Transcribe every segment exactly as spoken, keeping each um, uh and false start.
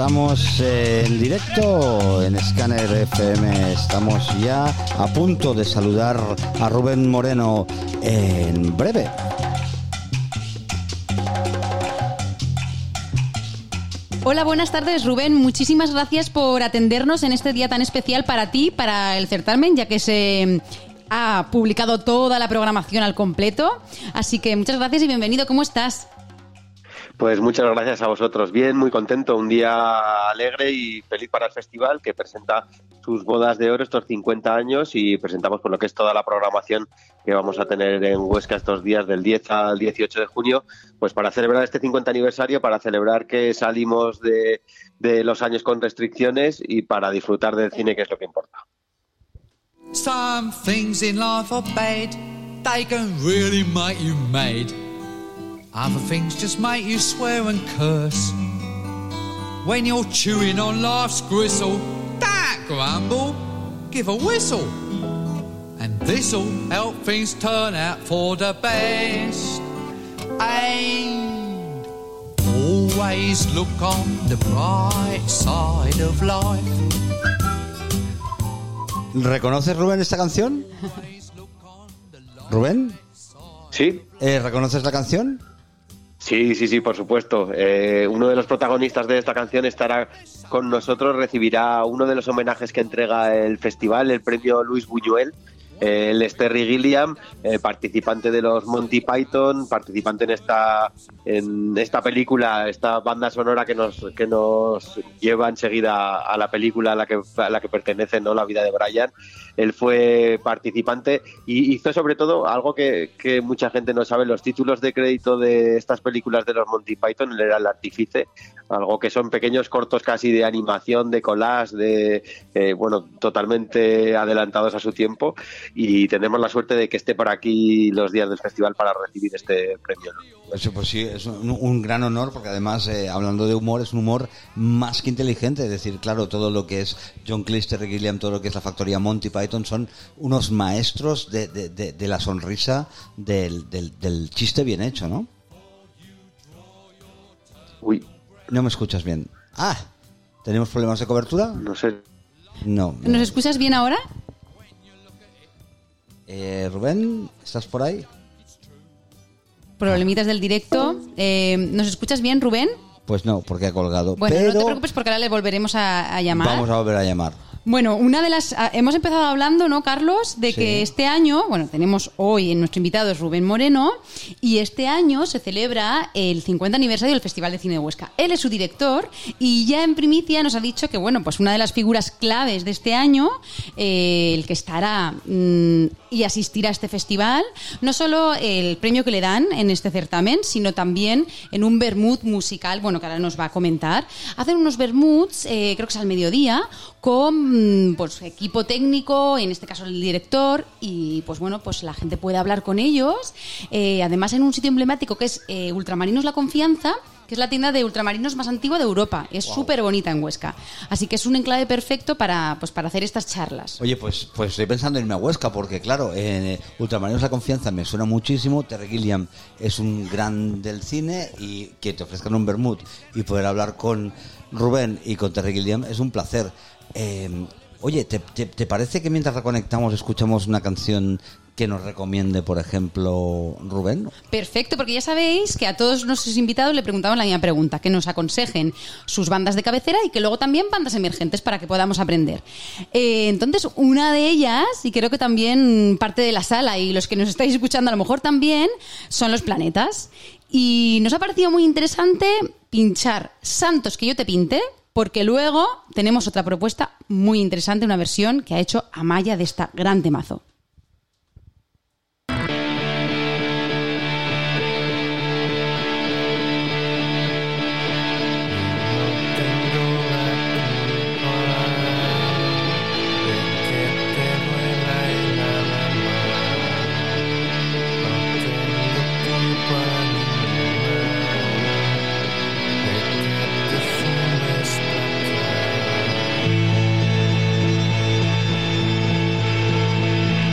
Estamos eh, en directo en Scanner F M. Estamos ya a punto de saludar a Rubén Moreno en breve. Hola, buenas tardes, Rubén. Muchísimas gracias por atendernos en este día tan especial para ti, para el certamen, ya que se ha publicado toda la programación al completo. Así que muchas gracias y bienvenido. ¿Cómo estás? Pues muchas gracias a vosotros. Bien, muy contento. Un día alegre y feliz para el festival que presenta sus bodas de oro, estos cincuenta años, y presentamos por lo que es toda la programación que vamos a tener en Huesca estos días del diez al dieciocho de junio, pues para celebrar este cincuenta aniversario, para celebrar que salimos de, de los años con restricciones y para disfrutar del cine, que es lo que importa. Some things in life are bad, they can really make you mad. Other things just make you swear and curse. When you're chewing on life's gristle, don't grumble, give a whistle. And this'll help things turn out for the best. And always look on the bright side of life. ¿Reconoces, Rubén, esta canción? ¿Rubén? ¿Sí? Eh, ¿Reconoces la canción? Sí, sí, sí, por supuesto. Eh, uno de los protagonistas de esta canción estará con nosotros, recibirá uno de los homenajes que entrega el festival, el premio Luis Buñuel. Eh, él es Terry Gilliam, eh, participante de los Monty Python, participante en esta en esta película, esta banda sonora que nos que nos lleva enseguida a la película a la que a la que pertenece, ¿no?, La vida de Brian. Él fue participante y hizo sobre todo algo que, que mucha gente no sabe: los títulos de crédito de estas películas de los Monty Python. Él era el artífice, algo que son pequeños cortos casi de animación, de collage, de eh, bueno, totalmente adelantados a su tiempo. Y tenemos la suerte de que esté por aquí los días del festival para recibir este premio, ¿no? Pues, pues sí, es un, un gran honor, porque además, eh, hablando de humor, es un humor más que inteligente. Es decir, claro, todo lo que es John Cleese, Terry Gilliam, todo lo que es la factoría Monty Python son unos maestros de, de, de, de la sonrisa, del, del, del chiste bien hecho, ¿no? Uy. No me escuchas bien. Ah, ¿tenemos problemas de cobertura? No sé. No. ¿Nos escuchas bien ahora? Eh, Rubén, ¿estás por ahí? Problemitas del directo. Eh, ¿Nos escuchas bien, Rubén? Pues no, porque ha colgado. Bueno, pero no te preocupes, porque ahora le volveremos a, a llamar. Vamos a volver a llamar. Bueno, una de las... Hemos empezado hablando, ¿no, Carlos?, de Sí. que este año, bueno, tenemos hoy en nuestro invitado es Rubén Moreno, y este año se celebra el cincuenta aniversario del Festival de Cine de Huesca. Él es su director y ya en primicia nos ha dicho que, bueno, pues una de las figuras claves de este año, eh, el que estará mmm, y asistirá a este festival, no solo el premio que le dan en este certamen, sino también en un vermut musical, bueno, que ahora nos va a comentar. Hacen unos vermuts, eh, creo que es al mediodía, con pues equipo técnico, en este caso el director, y pues bueno, pues la gente puede hablar con ellos, eh, además en un sitio emblemático que es eh, Ultramarinos La Confianza, que es la tienda de ultramarinos más antigua de Europa. Es Wow. súper bonita en Huesca, así que es un enclave perfecto para, pues, para hacer estas charlas. Oye, pues, pues estoy pensando en irme a Huesca, porque claro, en Ultramarinos La Confianza me suena muchísimo. Terry Gilliam es un gran del cine, y que te ofrezcan un vermut y poder hablar con Rubén y con Terry Gilliam es un placer. Eh, oye, ¿te, te, ¿te parece que mientras reconectamos escuchamos una canción que nos recomiende, por ejemplo, Rubén? Perfecto, porque ya sabéis que a todos nuestros invitados le preguntamos la misma pregunta, que nos aconsejen sus bandas de cabecera y que luego también bandas emergentes para que podamos aprender. Eh, entonces, una de ellas, y creo que también parte de la sala y los que nos estáis escuchando a lo mejor también, son Los Planetas. Y nos ha parecido muy interesante pinchar Santos que yo te pinte, porque luego tenemos otra propuesta muy interesante, una versión que ha hecho Amaya de esta gran temazo. Tengo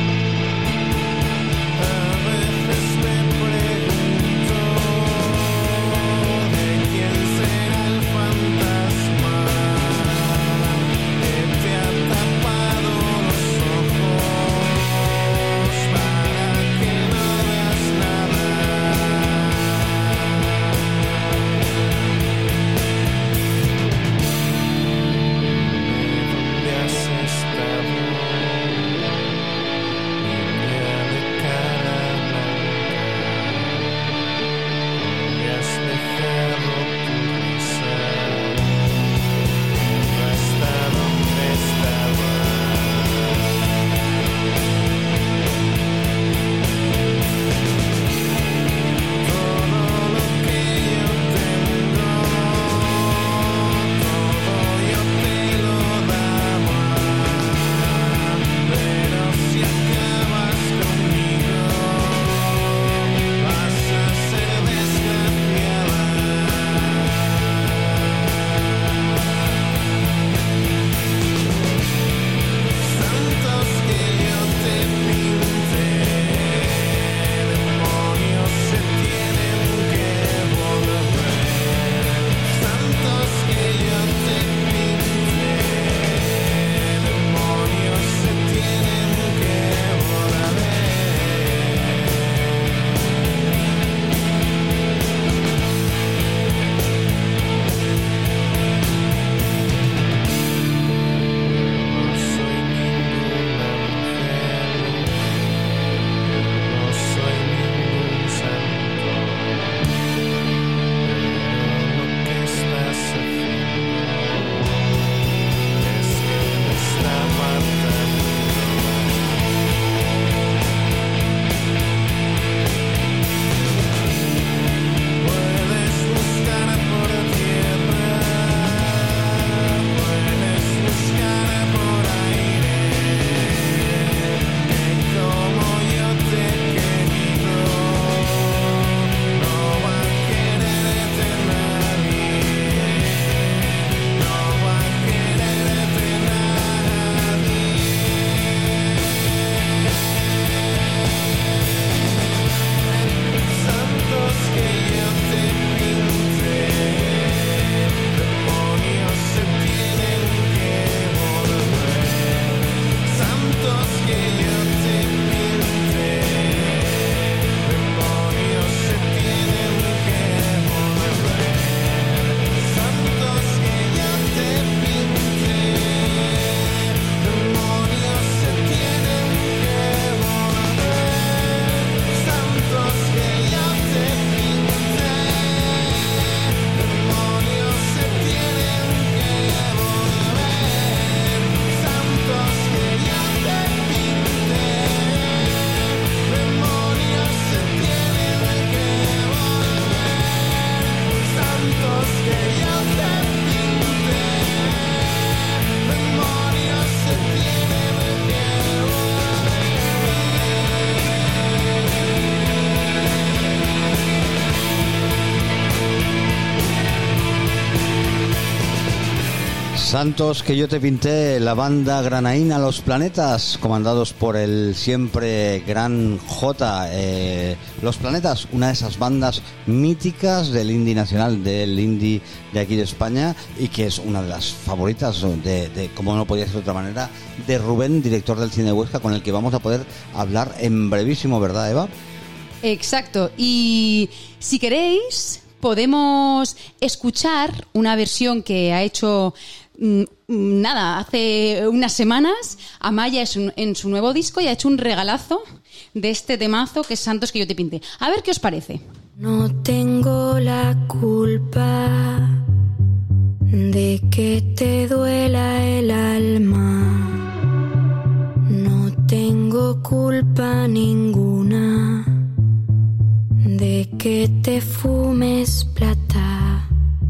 Santos, que yo te pinté, la banda granaína Los Planetas, comandados por el siempre gran J. Eh, Los Planetas, una de esas bandas míticas del indie nacional, del indie de aquí de España, y que es una de las favoritas, de, de como no podía ser de otra manera, de Rubén, director del Cine de Huesca, con el que vamos a poder hablar en brevísimo, ¿verdad, Eva? Exacto, y si queréis podemos escuchar una versión que ha hecho mmm, nada, hace unas semanas Amaya es un, en su nuevo disco, y ha hecho un regalazo de este temazo que es Santos, que yo te pinté. A ver qué os parece. No tengo la culpa de que te duela el alma, no tengo culpa ninguna de que te fumes plata.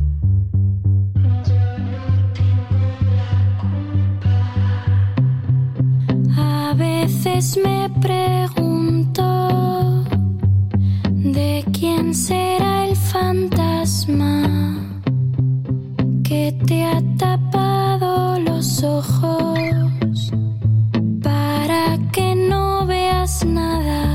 A veces me pregunto de quién será el fantasma que te ha tapado los ojos para que no veas nada.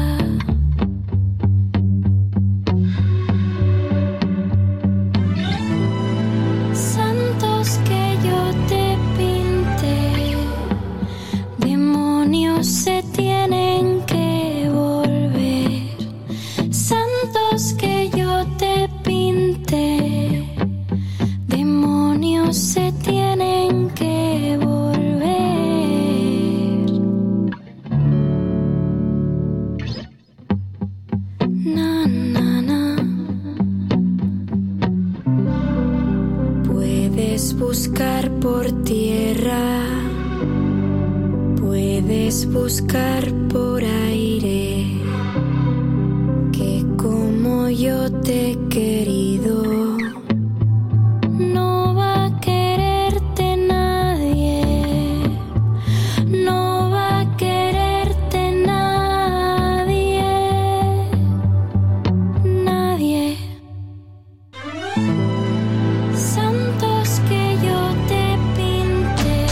Se tienen que volver, santos que yo te pinte, demonios se tienen que volver. Na, na, na. Puedes buscar por tierra, puedes buscar por aire, que como yo te he querido, no va a quererte nadie, no va a quererte nadie, nadie. Santos que yo te pinte,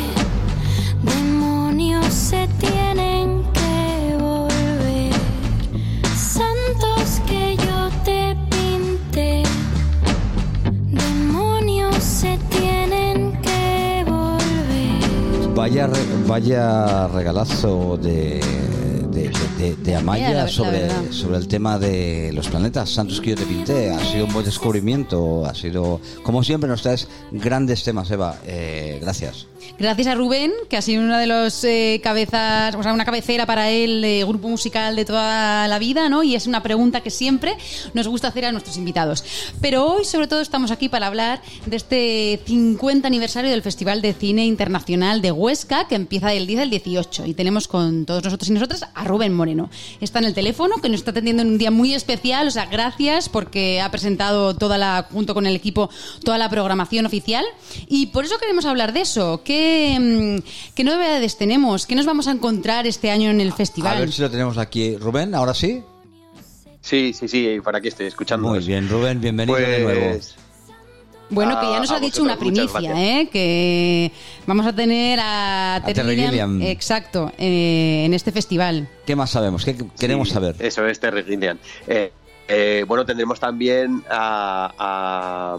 se tienen que volver, santos que yo te pinte, demonios se tienen que volver. Vaya, re, vaya regalazo de, de, de, de, de Amaya la, sobre, la sobre el tema de Los Planetas, santos que yo te pinté. Ha sido un buen descubrimiento, ha sido, como siempre, nos traes grandes temas, Eva. Eh, gracias. Gracias a Rubén, que ha sido una de los eh, cabezas, o sea, una cabecera para él, eh, grupo musical de toda la vida, ¿no? Y es una pregunta que siempre nos gusta hacer a nuestros invitados. Pero hoy, sobre todo, estamos aquí para hablar de este cincuenta aniversario del Festival de Cine Internacional de Huesca, que empieza del diez al dieciocho. Y tenemos con todos nosotros y nosotras a Rubén Moreno. Está en el teléfono, que nos está atendiendo en un día muy especial. O sea, gracias, porque ha presentado toda la, junto con el equipo, toda la programación oficial. Y por eso queremos hablar de eso. ¿Qué, qué novedades tenemos? ¿Qué nos vamos a encontrar este año en el festival? A ver si lo tenemos aquí. Rubén, ¿ahora sí? Sí, sí, sí, por aquí estoy escuchando. Muy bien, Rubén, bienvenido pues... de nuevo. Bueno, que ya nos a, ha a dicho una primicia, ¿eh? Que vamos a tener a, a Terry Gilliam, exacto, eh, en este festival. ¿Qué más sabemos? ¿Qué queremos sí, saber? Eso es Terry Gilliam. Eh, eh, bueno, tendremos también a, a,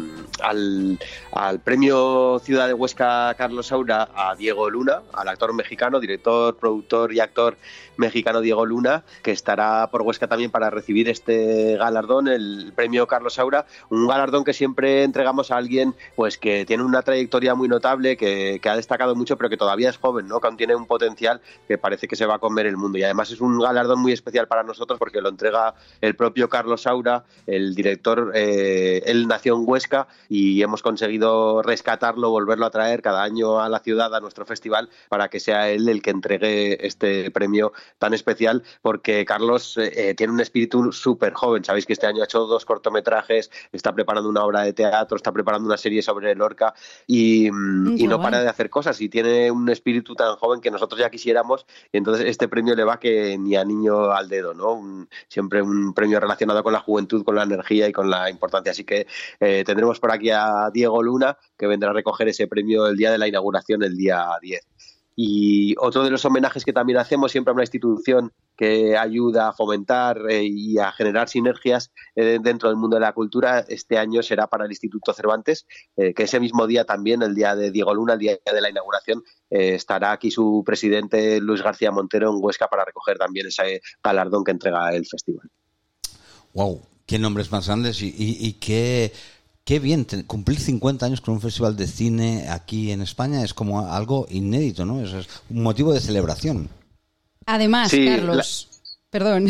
al, al premio Ciudad de Huesca Carlos Saura a Diego Luna, al actor mexicano, director, productor y actor mexicano Diego Luna, que estará por Huesca también para recibir este galardón, el premio Carlos Saura, un galardón que siempre entregamos a alguien pues que tiene una trayectoria muy notable, que, que ha destacado mucho, pero que todavía es joven, ¿no? Que aún tiene un potencial que parece que se va a comer el mundo. Y además es un galardón muy especial para nosotros porque lo entrega el propio Carlos Saura, el director. Eh, él nació en Huesca y hemos conseguido rescatarlo, volverlo a traer cada año a la ciudad, a nuestro festival, para que sea él el que entregue este premio tan especial, porque Carlos eh, tiene un espíritu súper joven. Sabéis que este año ha hecho dos cortometrajes, está preparando una obra de teatro, está preparando una serie sobre Lorca y, y no para de hacer cosas, y tiene un espíritu tan joven que nosotros ya quisiéramos, y entonces este premio le va que ni a niño al dedo, ¿no? Un, siempre un premio relacionado con la juventud, con la energía y con la importancia. Así que eh, tendremos por aquí a Diego Luna, que vendrá a recoger ese premio el día de la inauguración, el día diez. Y otro de los homenajes que también hacemos siempre a una institución que ayuda a fomentar eh, y a generar sinergias eh, dentro del mundo de la cultura, este año será para el Instituto Cervantes, eh, que ese mismo día también, el día de Diego Luna, el día de la inauguración, eh, estará aquí su presidente Luis García Montero en Huesca para recoger también ese galardón que entrega el festival. Wow, qué nombres más grandes y, y, y qué... Qué bien, cumplir cincuenta años con un festival de cine aquí en España es como algo inédito, ¿no? Eso es un motivo de celebración. Además, sí, Carlos, la... perdón.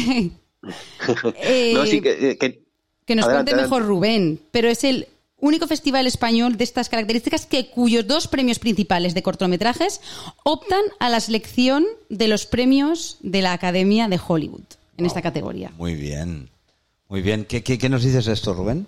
eh, no, sí, que, que... que nos adelante, cuente mejor adelante. Rubén, pero es el único festival español de estas características que cuyos dos premios principales de cortometrajes optan a la selección de los premios de la Academia de Hollywood en wow, esta categoría. Muy bien, muy bien. ¿Qué, qué, qué nos dices de esto, Rubén?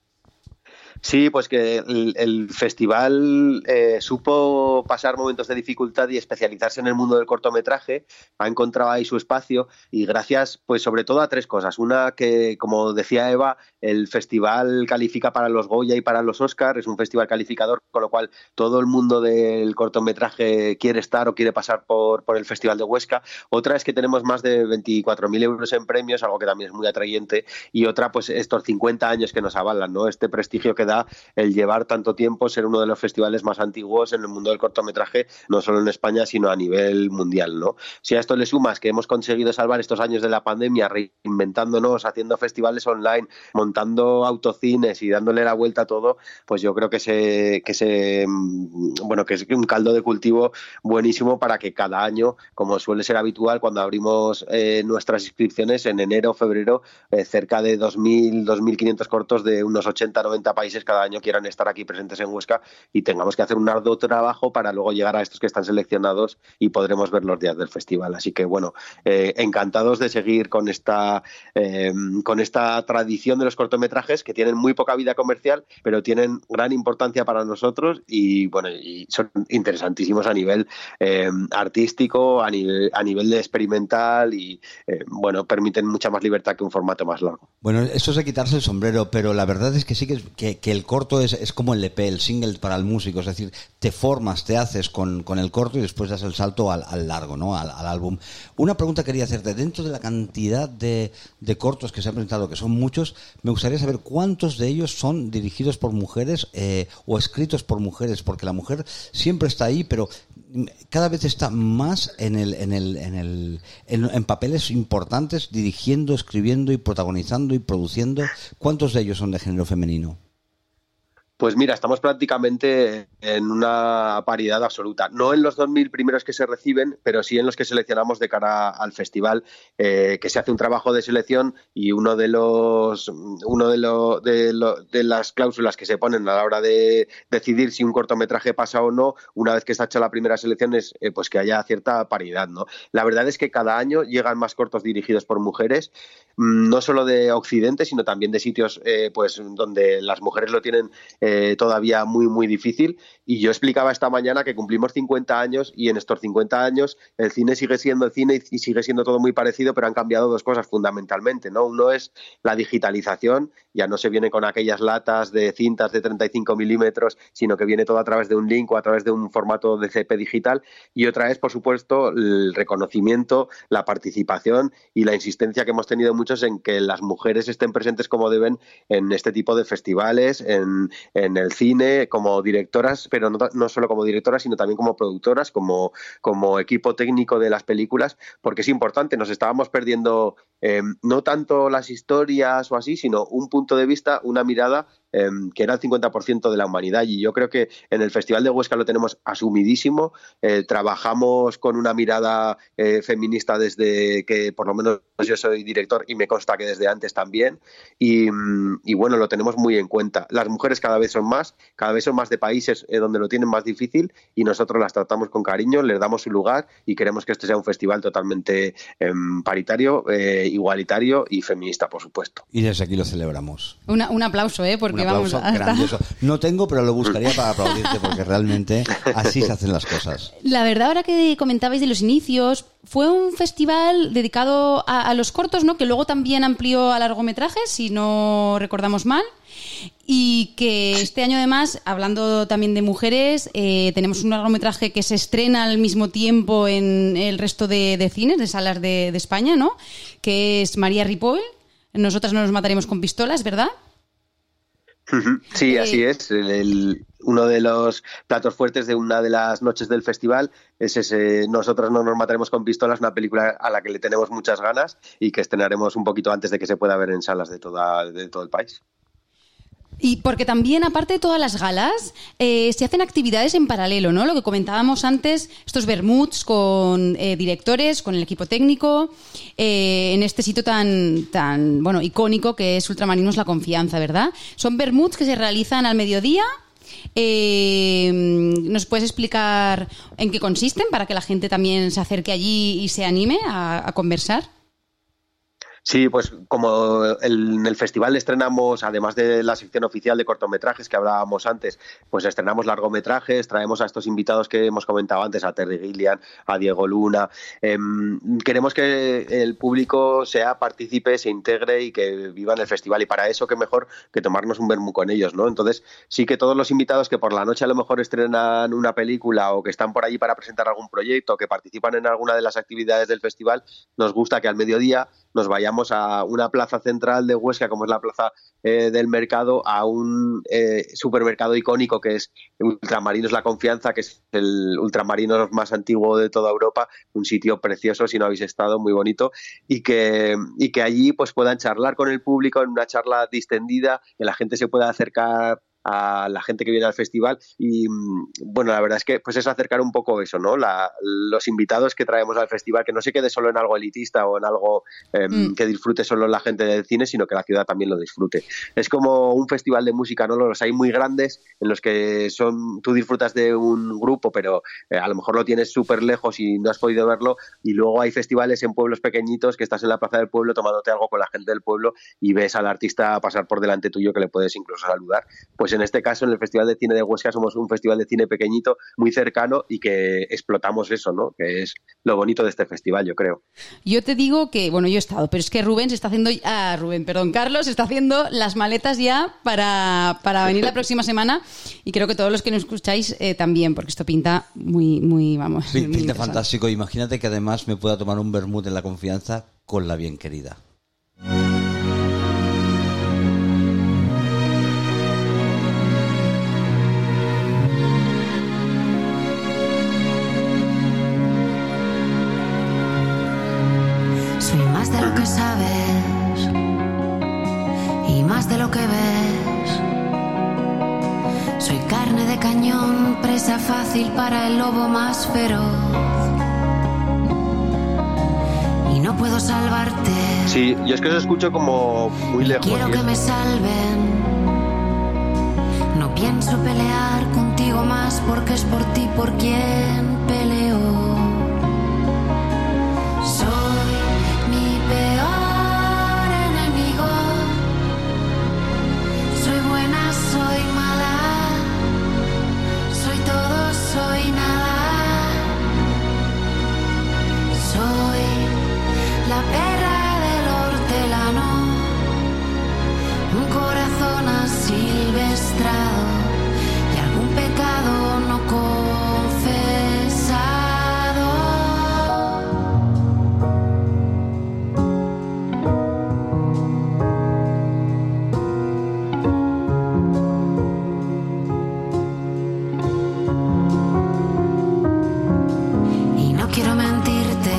Sí, pues que el, el festival eh, supo pasar momentos de dificultad y especializarse en el mundo del cortometraje, ha encontrado ahí su espacio y gracias pues sobre todo a tres cosas. Una, que como decía Eva, el festival califica para los Goya y para los Oscar, es un festival calificador, con lo cual todo el mundo del cortometraje quiere estar o quiere pasar por, por el Festival de Huesca. Otra es que tenemos más de veinticuatro mil euros en premios, algo que también es muy atrayente, y otra pues estos cincuenta años que nos avalan, ¿no? Este prestigio que da el llevar tanto tiempo, ser uno de los festivales más antiguos en el mundo del cortometraje, no solo en España, sino a nivel mundial, ¿no? Si a esto le sumas que hemos conseguido salvar estos años de la pandemia reinventándonos, haciendo festivales online, montando autocines y dándole la vuelta a todo, pues yo creo que se, que se bueno, que es un caldo de cultivo buenísimo para que cada año, como suele ser habitual, cuando abrimos eh, nuestras inscripciones en enero o febrero, eh, cerca de dos mil, dos mil quinientos cortos de unos ochenta, noventa países cada año quieran estar aquí presentes en Huesca y tengamos que hacer un arduo trabajo para luego llegar a estos que están seleccionados y podremos ver los días del festival. Así que bueno, eh, encantados de seguir con esta eh, con esta tradición de los cortometrajes que tienen muy poca vida comercial, pero tienen gran importancia para nosotros y bueno, y son interesantísimos a nivel eh, artístico, a nivel, a nivel de experimental y eh, bueno, permiten mucha más libertad que un formato más largo. Bueno, eso es de quitarse el sombrero, pero la verdad es que sí que, que, que el corto es, es como el E P, el single para el músico, es decir, te formas, te haces con, con el corto y después das el salto al, al largo, ¿no? Al, al álbum. Una pregunta quería hacerte, dentro de la cantidad de, de cortos que se han presentado, que son muchos, me gustaría saber cuántos de ellos son dirigidos por mujeres eh, o escritos por mujeres, porque la mujer siempre está ahí, pero cada vez está más en el, en el, en el, en, en papeles importantes, dirigiendo, escribiendo y protagonizando y produciendo. ¿Cuántos de ellos son de género femenino? Pues mira, estamos prácticamente en una paridad absoluta. No en los dos mil primeros que se reciben, pero sí en los que seleccionamos de cara al festival, eh, que se hace un trabajo de selección y uno de los uno de, lo, de, lo, de las cláusulas que se ponen a la hora de decidir si un cortometraje pasa o no, una vez que está hecha la primera selección, es eh, pues que haya cierta paridad, ¿no? La verdad es que cada año llegan más cortos dirigidos por mujeres, no solo de Occidente, sino también de sitios eh, pues donde las mujeres lo tienen Eh, todavía muy muy difícil, y yo explicaba esta mañana que cumplimos cincuenta años y en estos cincuenta años el cine sigue siendo el cine y sigue siendo todo muy parecido, pero han cambiado dos cosas fundamentalmente, ¿no? Uno es la digitalización, ya no se viene con aquellas latas de cintas de treinta y cinco milímetros, sino que viene todo a través de un link o a través de un formato de C P digital, y otra es, por supuesto, el reconocimiento, la participación y la insistencia que hemos tenido muchos en que las mujeres estén presentes como deben en este tipo de festivales, en en el cine, como directoras, pero no, no solo como directoras, sino también como productoras, como, como equipo técnico de las películas, porque es importante, nos estábamos perdiendo eh, no tanto las historias o así, sino un punto de vista, una mirada eh, que era el cincuenta por ciento de la humanidad, y yo creo que en el Festival de Huesca lo tenemos asumidísimo, eh, trabajamos con una mirada eh, feminista desde que por lo menos yo soy director y me consta que desde antes también, y, y bueno, lo tenemos muy en cuenta. Las mujeres cada vez son más, cada vez son más de países eh, donde lo tienen más difícil, y nosotros las tratamos con cariño, les damos su lugar y queremos que este sea un festival totalmente eh, paritario eh, igualitario y feminista, por supuesto. Y desde aquí lo celebramos. Una, un aplauso, ¿eh? Porque Un aplauso vamos a... grandioso. No tengo, pero lo buscaría para aplaudirte porque realmente así se hacen las cosas. La verdad, ahora que comentabais de los inicios, fue un festival dedicado a, a los cortos, ¿no? Que luego también amplió a largometrajes, si no recordamos mal. Y que este año, además, hablando también de mujeres, eh, tenemos un largometraje que se estrena al mismo tiempo en el resto de, de cines, de salas de, de España, ¿no? Que es María Ripoll. Nosotras no nos mataremos con pistolas, ¿verdad? Sí, Eh, así es. El, el- uno de los platos fuertes de una de las noches del festival es ese Nosotras no nos mataremos con pistolas, una película a la que le tenemos muchas ganas y que estrenaremos un poquito antes de que se pueda ver en salas de, toda, de todo el país. Y porque también, aparte de todas las galas, eh, se hacen actividades en paralelo, ¿no? Lo que comentábamos antes, estos vermuts con eh, directores, con el equipo técnico, eh, en este sitio tan, tan bueno, icónico que es Ultramarinos La Confianza, ¿verdad? Son vermuts que se realizan al mediodía. Eh, ¿Nos puedes explicar en qué consisten para que la gente también se acerque allí y se anime a, a conversar? Sí, pues como el- en el festival estrenamos, además de la sección oficial de cortometrajes que hablábamos antes, pues estrenamos largometrajes, traemos a estos invitados que hemos comentado antes, a Terry Gilliam, a Diego Luna. Em, queremos que el público sea partícipe, se integre y que viva en el festival, y para eso qué mejor que tomarnos un vermú con ellos, ¿no? Entonces sí que todos los invitados que por la noche a lo mejor estrenan una película o que están por allí para presentar algún proyecto o que participan en alguna de las actividades del festival, nos gusta que al mediodía nos vayamos a una plaza central de Huesca, como es la plaza eh, del mercado, a un eh, supermercado icónico que es Ultramarinos La Confianza, que es el ultramarinos más antiguo de toda Europa, un sitio precioso, si no habéis estado, muy bonito, y que, y que allí pues puedan charlar con el público en una charla distendida, que la gente se pueda acercar a la gente que viene al festival y bueno, la verdad es que pues es acercar un poco eso, ¿no? La, los invitados que traemos al festival, que no se quede solo en algo elitista o en algo eh, mm. que disfrute solo la gente del cine, sino que la ciudad también lo disfrute. Es como un festival de música, ¿no? Los hay muy grandes en los que son tú disfrutas de un grupo, pero eh, a lo mejor lo tienes súper lejos y no has podido verlo, y luego hay festivales en pueblos pequeñitos que estás en la plaza del pueblo tomándote algo con la gente del pueblo y ves al artista pasar por delante tuyo que le puedes incluso saludar. Pues en este caso, en el Festival de Cine de Huesca, somos un festival de cine pequeñito, muy cercano, y que explotamos eso, ¿no? Que es lo bonito de este festival, yo creo. Yo te digo que, bueno, yo he estado, pero es que Rubén se está haciendo, ah, Rubén, perdón, Carlos, se está haciendo las maletas ya para, para venir la próxima semana, y creo que todos los que nos escucháis eh, también, porque esto pinta muy, muy, vamos. Sí, muy pinta fantástico. Imagínate que además me pueda tomar un vermut en La Confianza con la bien querida. Soy más de lo que sabes y más de lo que ves. Soy carne de cañón, presa fácil para el lobo más feroz. Y no puedo salvarte. Sí, yo es que os escucho como muy lejos. Quiero que me salven. No pienso pelear contigo más porque es por ti por quien peleo. Soy mi peor enemigo. Soy buena, soy mala. Soy todo, soy nada. Soy la perra del hortelano. Un corazón asilvestrado y algún pecado no confesado. Y no quiero mentirte,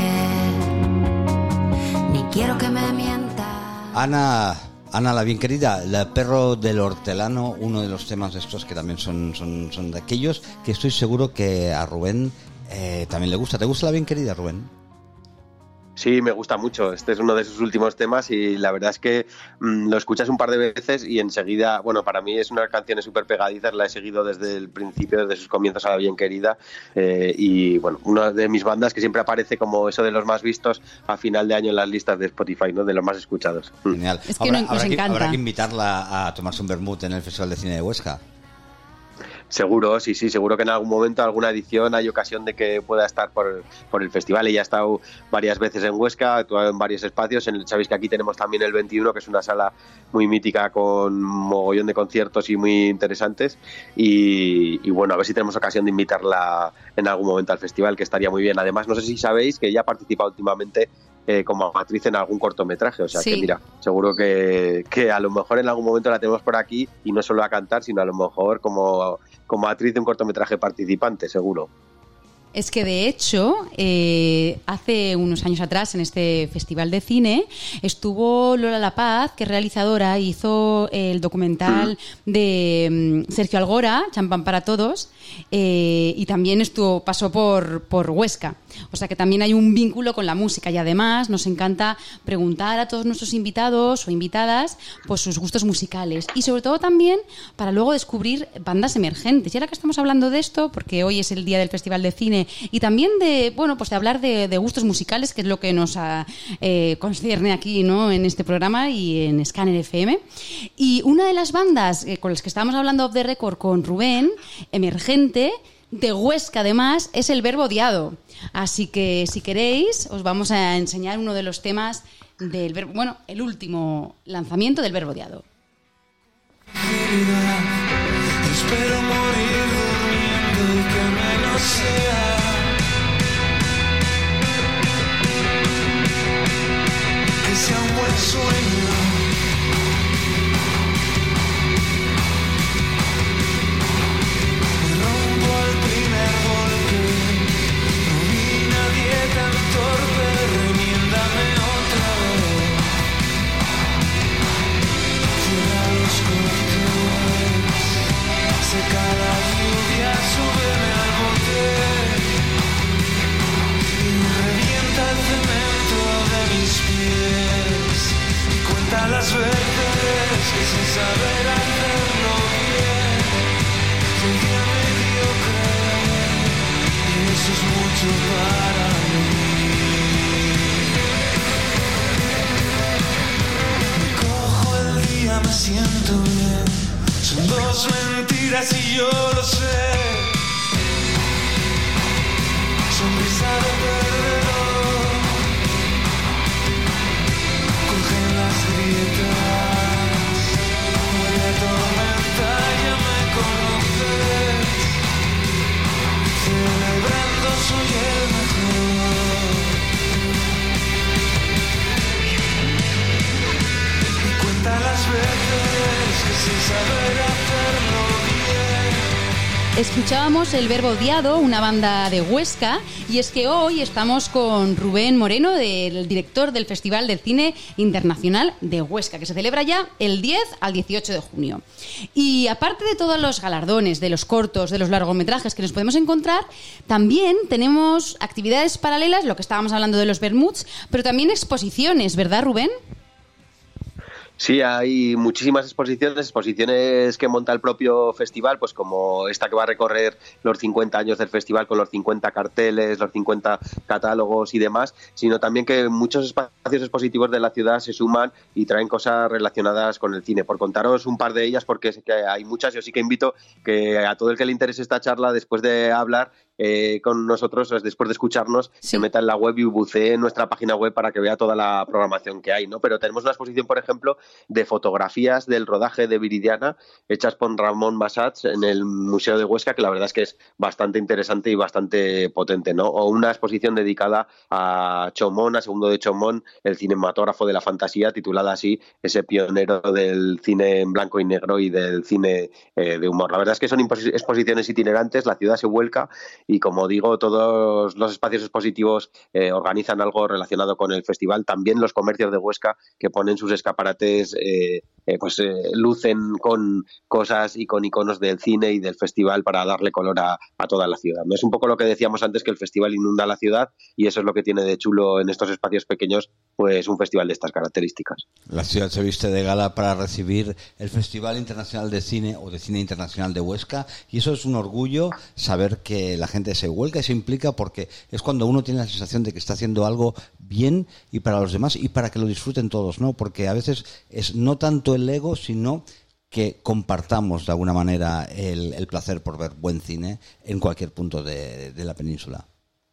ni quiero que me mientas. Ana, Ana la bien querida, el perro del hortelano, uno de los temas estos que también son, son, son de aquellos que estoy seguro que a Rubén eh, también le gusta. ¿Te gusta la bien querida, Rubén? Sí, me gusta mucho. Este es uno de sus últimos temas y la verdad es que mmm, lo escuchas un par de veces y enseguida, bueno, para mí es una canción súper pegadiza, la he seguido desde el principio, desde sus comienzos a La Bien Querida eh, y bueno, una de mis bandas que siempre aparece como eso de los más vistos a final de año en las listas de Spotify, ¿no? De los más escuchados. Genial. Es que habrá, nos habrá que, encanta. habrá que invitarla a tomarse un vermut en el Festival de Cine de Huesca. Seguro, sí, sí, seguro que en algún momento, alguna edición, hay ocasión de que pueda estar por, por el festival. Ella ha estado varias veces en Huesca, ha actuado en varios espacios. En el, sabéis que aquí tenemos también el veintiuno, que es una sala muy mítica con mogollón de conciertos y muy interesantes. Y, y bueno, a ver si tenemos ocasión de invitarla en algún momento al festival, que estaría muy bien. Además, no sé si sabéis que ella ha participado últimamente Eh, como actriz en algún cortometraje, o sea sí. que mira, seguro que, que a lo mejor en algún momento la tenemos por aquí y no solo a cantar, sino a lo mejor como, como actriz de un cortometraje participante, seguro. Es que de hecho, eh, hace unos años atrás, en este festival de cine, estuvo Lola La Paz, que es realizadora, hizo el documental mm. de um, Sergio Algora, Champán para Todos, eh, y también estuvo, pasó por, por Huesca. O sea que también hay un vínculo con la música y además nos encanta preguntar a todos nuestros invitados o invitadas pues sus gustos musicales y sobre todo también para luego descubrir bandas emergentes. Y ahora que estamos hablando de esto, porque hoy es el día del Festival de Cine y también de, bueno, pues de hablar de, de gustos musicales, que es lo que nos a, eh, concierne aquí, ¿no? En este programa y en Scanner F M. Y una de las bandas eh, con las que estábamos hablando off the record con Rubén, emergente, de Huesca además, es el Verbo Odiado. Así que si queréis, os vamos a enseñar uno de los temas del Verbo, bueno, el último lanzamiento del Verbo Odiado. Querida, espero morir durmiendo y que menos sea que sea un buen sueño. Me rompo al primer golpe, no vi nadie tan torpe, remiéndame otra vez. Cierra los cortes, seca la lluvia, súbeme al bote y revienta el cemento de mis pies y cuenta las veces que sin saber hacerlo bien llegué a mediocre y eso es mucho para mí. Me cojo el día, me siento bien, son dos mentiras y yo lo sé. Sonrisa de perdedor, cogen las grietas, huele a tormenta, ya me conoces. Celebrando soy el mejor y cuenta las veces que sin saber hacerlo bien. Escuchábamos el Verbo Odiado, una banda de Huesca, y es que hoy estamos con Rubén Moreno, del director del Festival de Cine Internacional de Huesca, que se celebra ya el diez al dieciocho de junio. Y aparte de todos los galardones, de los cortos, de los largometrajes que nos podemos encontrar, también tenemos actividades paralelas, lo que estábamos hablando de los vermuts, pero también exposiciones, ¿verdad, Rubén? Sí, hay muchísimas exposiciones, exposiciones que monta el propio festival, pues como esta que va a recorrer los cincuenta años del festival con los cincuenta carteles, los cincuenta catálogos y demás, sino también que muchos espacios expositivos de la ciudad se suman y traen cosas relacionadas con el cine. Por contaros un par de ellas, porque sé que hay muchas, yo sí que invito que a todo el que le interese esta charla, después de hablar eh, con nosotros, después de escucharnos, sí, se meta en la web y bucee en nuestra página web para que vea toda la programación que hay, ¿no? Pero tenemos una exposición, por ejemplo, de fotografías del rodaje de Viridiana hechas por Ramón Massats en el Museo de Huesca, que la verdad es que es bastante interesante y bastante potente, ¿no? O una exposición dedicada a Chomón, a Segundo de Chomón, el cinematógrafo de la fantasía, titulada así, ese pionero del cine en blanco y negro y del cine eh, de humor. La verdad es que son exposiciones itinerantes, la ciudad se vuelca y como digo, todos los espacios expositivos eh, organizan algo relacionado con el festival. También los comercios de Huesca que ponen sus escaparates, eh, eh, pues eh, lucen con cosas y con iconos del cine y del festival para darle color a, a toda la ciudad. Es un poco lo que decíamos antes, que el festival inunda la ciudad, y eso es lo que tiene de chulo en estos espacios pequeños, pues un festival de estas características. La ciudad se viste de gala para recibir el Festival Internacional de Cine o de Cine Internacional de Huesca, y eso es un orgullo saber que la gente se vuelca y se implica, porque es cuando uno tiene la sensación de que está haciendo algo bien y para los demás y para que lo disfruten todos, ¿no? Porque a veces es no tanto el ego, sino que compartamos de alguna manera el, el placer por ver buen cine en cualquier punto de, de la península.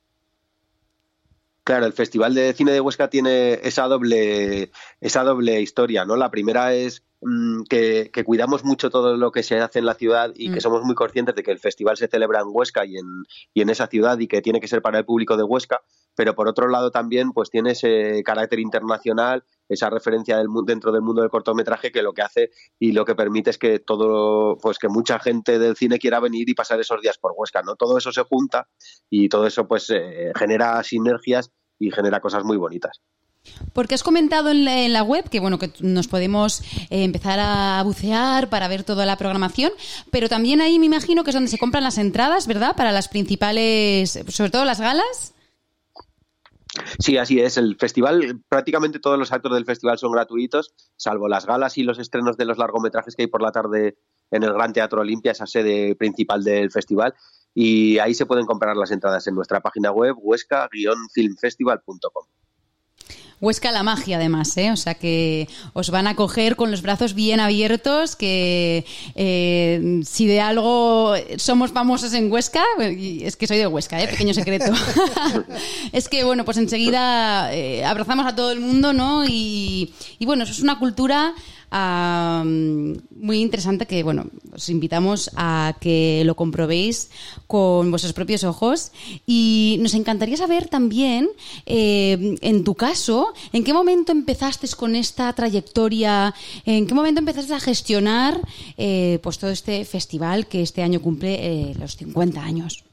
Claro, el Festival de Cine de Huesca tiene esa doble, esa doble historia, ¿no? La primera es mmm, que, que cuidamos mucho todo lo que se hace en la ciudad y mm. que somos muy conscientes de que el festival se celebra en Huesca y en, y en esa ciudad, y que tiene que ser para el público de Huesca, pero por otro lado también pues tiene ese carácter internacional, esa referencia del, dentro del mundo del cortometraje, que lo que hace y lo que permite es que todo, pues que mucha gente del cine quiera venir y pasar esos días por Huesca, ¿no? Todo eso se junta y todo eso pues eh, genera sinergias y genera cosas muy bonitas. Porque has comentado en la, en la web que bueno, que nos podemos eh, empezar a bucear para ver toda la programación, pero también ahí me imagino que es donde se compran las entradas, ¿verdad? Para las principales, sobre todo las galas. Sí, así es. El festival, prácticamente todos los actos del festival son gratuitos, salvo las galas y los estrenos de los largometrajes que hay por la tarde en el Gran Teatro Olimpia, esa sede principal del festival. Y ahí se pueden comprar las entradas en nuestra página web, huesca guion film festival punto com. Huesca la magia, además, ¿eh? O sea que os van a coger con los brazos bien abiertos, que eh, si de algo somos famosos en Huesca, es que soy de Huesca, ¿eh? Pequeño secreto. Es que, bueno, pues enseguida eh, abrazamos a todo el mundo, ¿no? Y, y bueno, eso es una cultura Uh, muy interesante que, bueno, os invitamos a que lo comprobéis con vuestros propios ojos. Y nos encantaría saber también, eh, en tu caso, ¿en qué momento empezaste con esta trayectoria? ¿En qué momento empezaste a gestionar eh, pues todo este festival que este año cumple eh, los cincuenta años?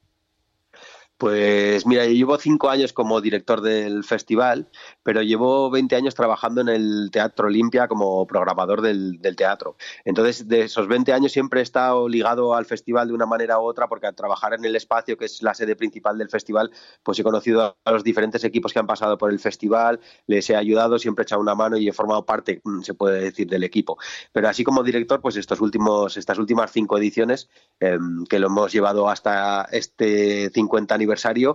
Pues mira, yo llevo cinco años como director del festival, pero llevo veinte años trabajando en el Teatro Olimpia como programador del, del teatro. Entonces, de esos veinte años siempre he estado ligado al festival de una manera u otra, porque al trabajar en el espacio, que es la sede principal del festival, pues he conocido a los diferentes equipos que han pasado por el festival, les he ayudado, siempre he echado una mano y he formado parte, se puede decir, del equipo. Pero así como director, pues estos últimos, estas últimas cinco ediciones, eh, que lo hemos llevado hasta este cincuenta aniversario,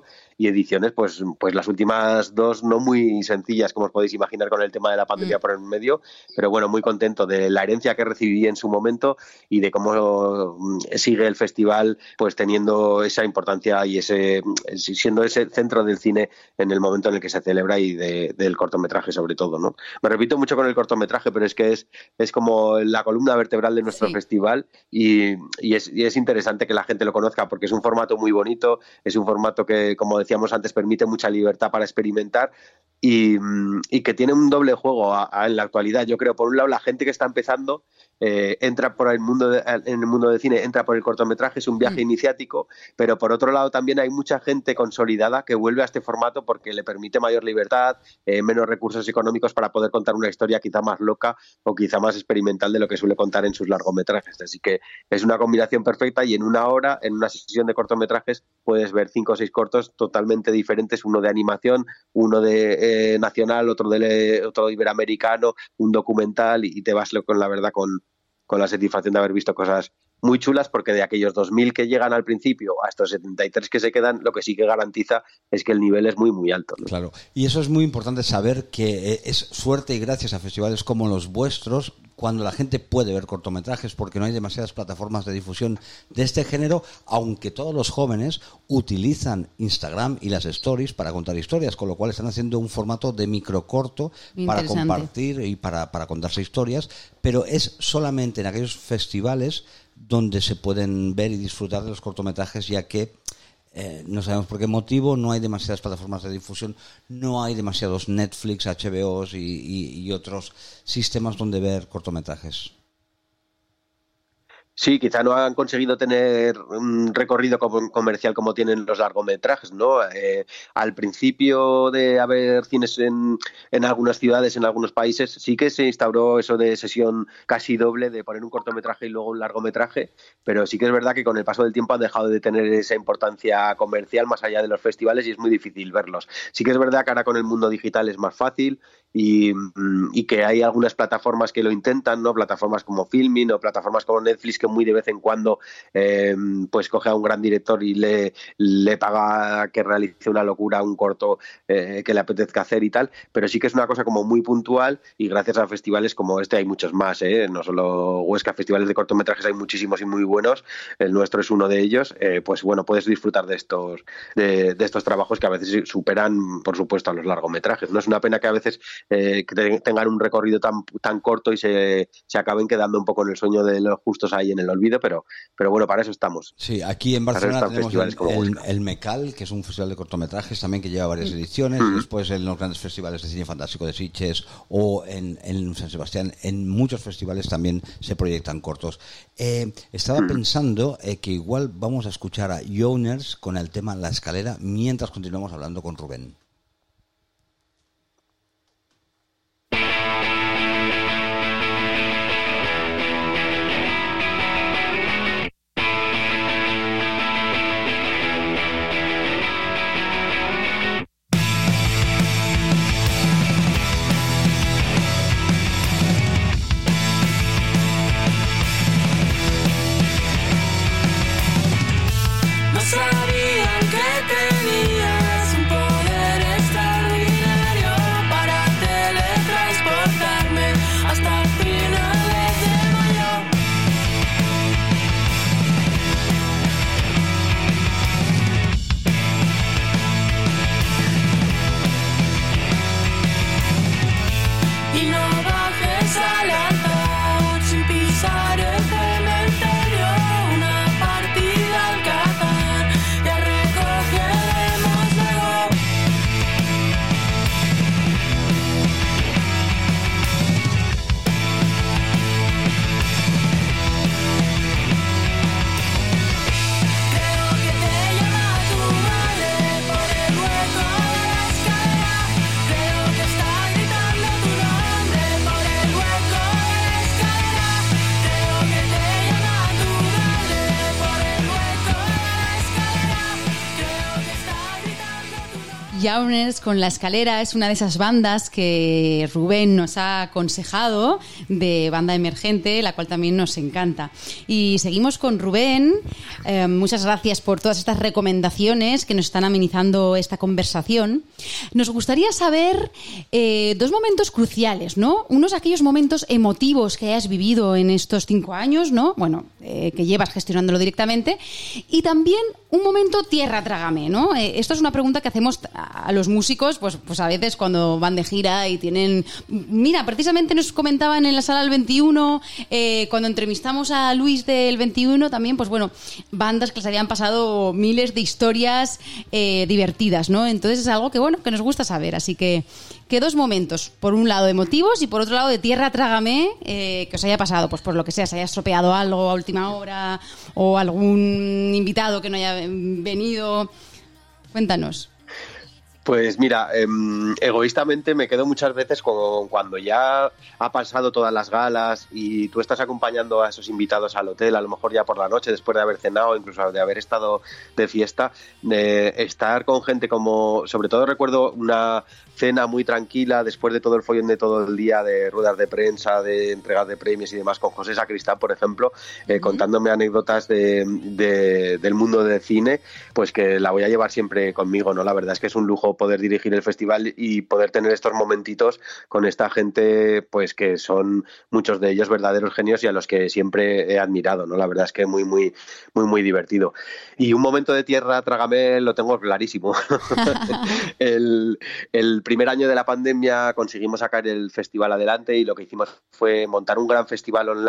y ediciones, pues, pues las últimas dos no muy sencillas, como os podéis imaginar, con el tema de la pandemia mm. por el medio, pero bueno, muy contento de la herencia que recibí en su momento y de cómo sigue el festival, pues teniendo esa importancia y ese siendo ese centro del cine en el momento en el que se celebra, y de, del cortometraje sobre todo, ¿no? Me repito mucho con el cortometraje, pero es que es, es como la columna vertebral de nuestro sí. festival, y, y, es, y es interesante que la gente lo conozca, porque es un formato muy bonito, es un formato que, como decíamos antes, permite mucha libertad para experimentar y, y que tiene un doble juego a, a, en la actualidad. Yo creo, por un lado, la gente que está empezando eh, entra por el mundo de, en el mundo del cine, entra por el cortometraje, es un viaje mm. iniciático, pero por otro lado también hay mucha gente consolidada que vuelve a este formato porque le permite mayor libertad, eh, menos recursos económicos para poder contar una historia quizá más loca o quizá más experimental de lo que suele contar en sus largometrajes. Así que es una combinación perfecta, y en una hora, en una sesión de cortometrajes, puedes ver cinco o seis cortos totalmente diferentes, uno de animación, uno de eh, nacional, otro de otro iberoamericano, un documental, y, y te vas con la verdad con, con la satisfacción de haber visto cosas muy chulas, porque de aquellos dos mil que llegan al principio a estos setenta y tres que se quedan, lo que sí que garantiza es que el nivel es muy muy alto, ¿no? Claro, y eso es muy importante saber, que es suerte y gracias a festivales como los vuestros cuando la gente puede ver cortometrajes, porque no hay demasiadas plataformas de difusión de este género, aunque todos los jóvenes utilizan Instagram y las stories para contar historias, con lo cual están haciendo un formato de microcorto para compartir y para, para contarse historias, pero es solamente en aquellos festivales donde se pueden ver y disfrutar de los cortometrajes, ya que eh, no sabemos por qué motivo no hay demasiadas plataformas de difusión, no hay demasiados Netflix, H B Os y, y, y otros sistemas donde ver cortometrajes. Sí, quizá no han conseguido tener un recorrido com- comercial como tienen los largometrajes, ¿no? Eh, al principio de haber cines en, en algunas ciudades, en algunos países, sí que se instauró eso de sesión casi doble, de poner un cortometraje y luego un largometraje, pero sí que es verdad que con el paso del tiempo han dejado de tener esa importancia comercial más allá de los festivales y es muy difícil verlos. Sí que es verdad que ahora con el mundo digital es más fácil y, y que hay algunas plataformas que lo intentan, ¿no? Plataformas como Filmin o plataformas como Netflix que muy de vez en cuando eh, pues coge a un gran director y le, le paga que realice una locura, un corto eh, que le apetezca hacer y tal, pero sí que es una cosa como muy puntual y gracias a festivales como este hay muchos más, ¿eh? No solo Huesca, festivales de cortometrajes hay muchísimos y muy buenos, el nuestro es uno de ellos, eh, pues bueno, puedes disfrutar de estos, de, de estos trabajos que a veces superan, por supuesto, a los largometrajes. No es una pena que a veces eh, que tengan un recorrido tan, tan corto y se, se acaben quedando un poco en el sueño de los justos ahí en el olvido, pero, pero bueno, para eso estamos. Sí, aquí en Barcelona tenemos el, el, el Mecal, que es un festival de cortometrajes también que lleva varias ediciones, mm. después en los grandes festivales de cine fantástico de Sitges o en, en San Sebastián, en muchos festivales también se proyectan cortos. Eh, estaba mm. pensando eh, que igual vamos a escuchar a Youners con el tema La Escalera mientras continuamos hablando con Rubén. Sabían que tenías un poder extraordinario para teletransportarme hasta finales de mayo. Y no bajes al altar sin pisar el cementerio, una partida al cazar. Youners con La Escalera es una de esas bandas que Rubén nos ha aconsejado, de banda emergente, la cual también nos encanta. Y seguimos con Rubén. Eh, muchas gracias por todas estas recomendaciones que nos están amenizando esta conversación. Nos gustaría saber eh, dos momentos cruciales, ¿no? Unos aquellos momentos emotivos que hayas vivido en estos cinco años, ¿no? Bueno, eh, que llevas gestionándolo directamente. Y también un momento tierra trágame, ¿no? Eh, esto es una pregunta que hacemos a los músicos, pues, pues a veces cuando van de gira y tienen... Mira, precisamente nos comentaban en la sala del veintiuno, eh, cuando entrevistamos a Luis del veintiuno, también, pues bueno, bandas que les habían pasado miles de historias eh, divertidas, ¿no? Entonces es algo que, bueno, que nos gusta saber. Así que, que dos momentos, por un lado emotivos y por otro lado de tierra trágame, eh, que os haya pasado, pues por lo que sea, se haya estropeado algo a última hora o algún invitado que no haya venido. Cuéntanos. Pues mira, eh, egoístamente me quedo muchas veces con cuando ya ha pasado todas las galas y tú estás acompañando a esos invitados al hotel, a lo mejor ya por la noche, después de haber cenado, incluso de haber estado de fiesta, eh, estar con gente como, sobre todo recuerdo una cena muy tranquila después de todo el follón de todo el día de ruedas de prensa, de entregas de premios y demás, con José Sacristán, por ejemplo, eh, uh-huh. contándome anécdotas de, de, del mundo del cine, pues que la voy a llevar siempre conmigo, ¿no? La verdad es que es un lujo poder dirigir el festival y poder tener estos momentitos con esta gente, pues que son muchos de ellos verdaderos genios y a los que siempre he admirado, ¿no? La verdad es que muy, muy, muy, muy divertido. Y un momento de tierra trágame lo tengo clarísimo. el, el primer año de la pandemia conseguimos sacar el festival adelante y lo que hicimos fue montar un gran festival online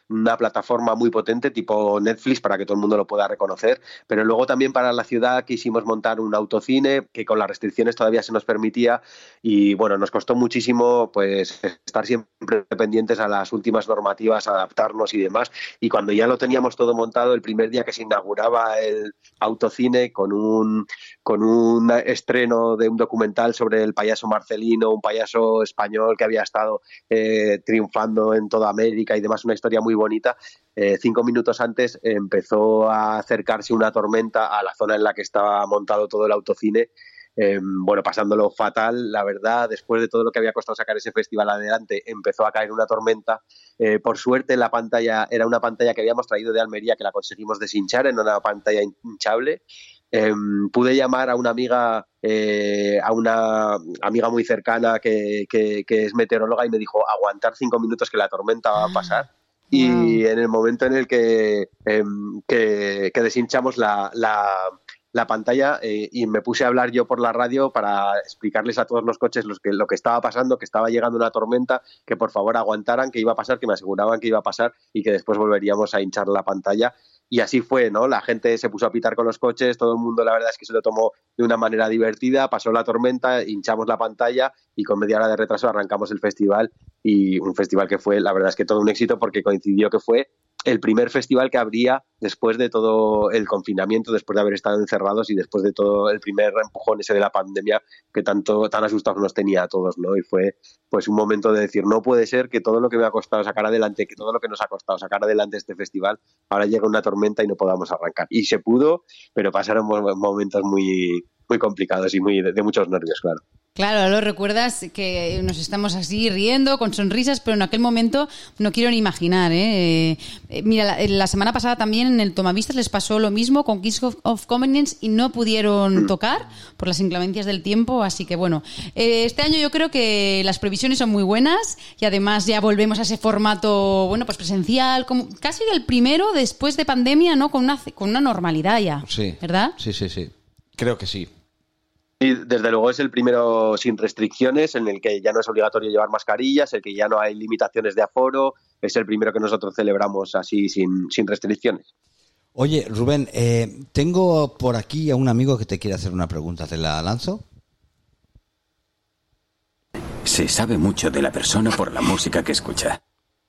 una plataforma muy potente tipo Netflix para que todo el mundo lo pueda reconocer, pero luego también para la ciudad quisimos montar un autocine que con las restricciones todavía se nos permitía y bueno, nos costó muchísimo pues estar siempre pendientes a las últimas normativas, adaptarnos y demás, y cuando ya lo teníamos todo montado, el primer día que se inauguraba el autocine con un, con un estreno de un documental sobre el payaso Marcelino, un payaso español que había estado eh, triunfando en toda América y demás, una historia muy bonita. Eh, cinco minutos antes eh, empezó a acercarse una tormenta a la zona en la que estaba montado todo el autocine. Eh, bueno, pasándolo fatal, la verdad, después de todo lo que había costado sacar ese festival adelante, empezó a caer una tormenta. Eh, por suerte, la pantalla era una pantalla que habíamos traído de Almería, que la conseguimos deshinchar en una pantalla hinchable. Eh, pude llamar a una amiga, eh, a una amiga muy cercana que, que, que es meteoróloga y me dijo aguantar cinco minutos que la tormenta va a pasar. Y wow. En el momento en el que, eh, que, que deshinchamos la, la, la pantalla eh, y me puse a hablar yo por la radio para explicarles a todos los coches los que, lo que estaba pasando, que estaba llegando una tormenta, que por favor aguantaran, que iba a pasar, que me aseguraban que iba a pasar y que después volveríamos a hinchar la pantalla. Y así fue, ¿no? La gente se puso a pitar con los coches, todo el mundo la verdad es que se lo tomó de una manera divertida, pasó la tormenta, hinchamos la pantalla y con media hora de retraso arrancamos el festival, y un festival que fue, la verdad es que todo un éxito porque coincidió que fue el primer festival que abría después de todo el confinamiento, después de haber estado encerrados y después de todo el primer empujón ese de la pandemia que tanto tan asustados nos tenía a todos, ¿no? Y fue pues un momento de decir, no puede ser que todo lo que me ha costado sacar adelante, que todo lo que nos ha costado sacar adelante este festival, ahora llega una tormenta y no podamos arrancar. Y se pudo, pero pasaron momentos muy, muy complicados y muy de, de muchos nervios, claro. Claro, lo recuerdas que nos estamos así riendo, con sonrisas, pero en aquel momento no quiero ni imaginar, ¿eh? Eh, mira, la, la semana pasada también en el Tomavistas les pasó lo mismo con Kings of, of Convenience y no pudieron mm. tocar por las inclemencias del tiempo, así que bueno, eh, este año yo creo que las previsiones son muy buenas y además ya volvemos a ese formato, bueno, pues presencial, como casi el primero después de pandemia, ¿no? Con una, con una normalidad ya, sí, ¿verdad? Sí, sí, sí, creo que sí. Y desde luego es el primero sin restricciones, en el que ya no es obligatorio llevar mascarillas, el que ya no hay limitaciones de aforo, es el primero que nosotros celebramos así sin, sin restricciones. Oye, Rubén, eh, tengo por aquí a un amigo que te quiere hacer una pregunta, ¿te la lanzo? Se sabe mucho de la persona por la música que escucha.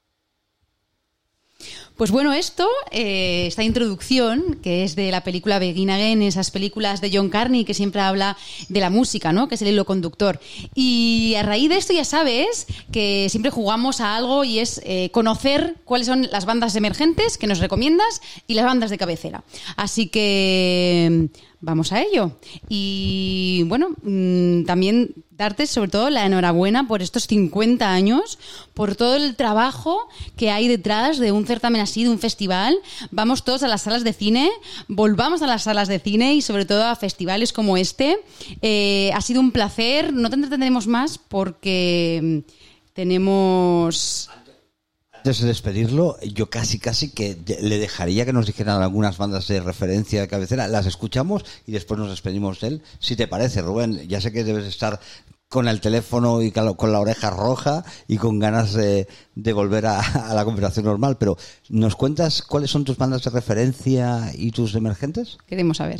Pues bueno, esto, eh, esta introducción, que es de la película Begin Again, esas películas de John Carney que siempre habla de la música, ¿no? Que es el hilo conductor. Y a raíz de esto ya sabes que siempre jugamos a algo y es eh, conocer cuáles son las bandas emergentes que nos recomiendas y las bandas de cabecera. Así que vamos a ello. Y bueno, mmm, también darte sobre todo la enhorabuena por estos cincuenta años, por todo el trabajo que hay detrás de un certamen así, de un festival. Vamos todos a las salas de cine, volvamos a las salas de cine y sobre todo a festivales como este. Eh, ha sido un placer, no te entretendremos más porque tenemos... Antes de despedirlo, yo casi casi que le dejaría que nos dijeran algunas bandas de referencia de cabecera, las escuchamos y después nos despedimos de él, si te parece, Rubén. Ya sé que debes estar con el teléfono y con la oreja roja y con ganas de, de volver a, a la conversación normal, pero ¿nos cuentas cuáles son tus bandas de referencia y tus emergentes? Queremos saber.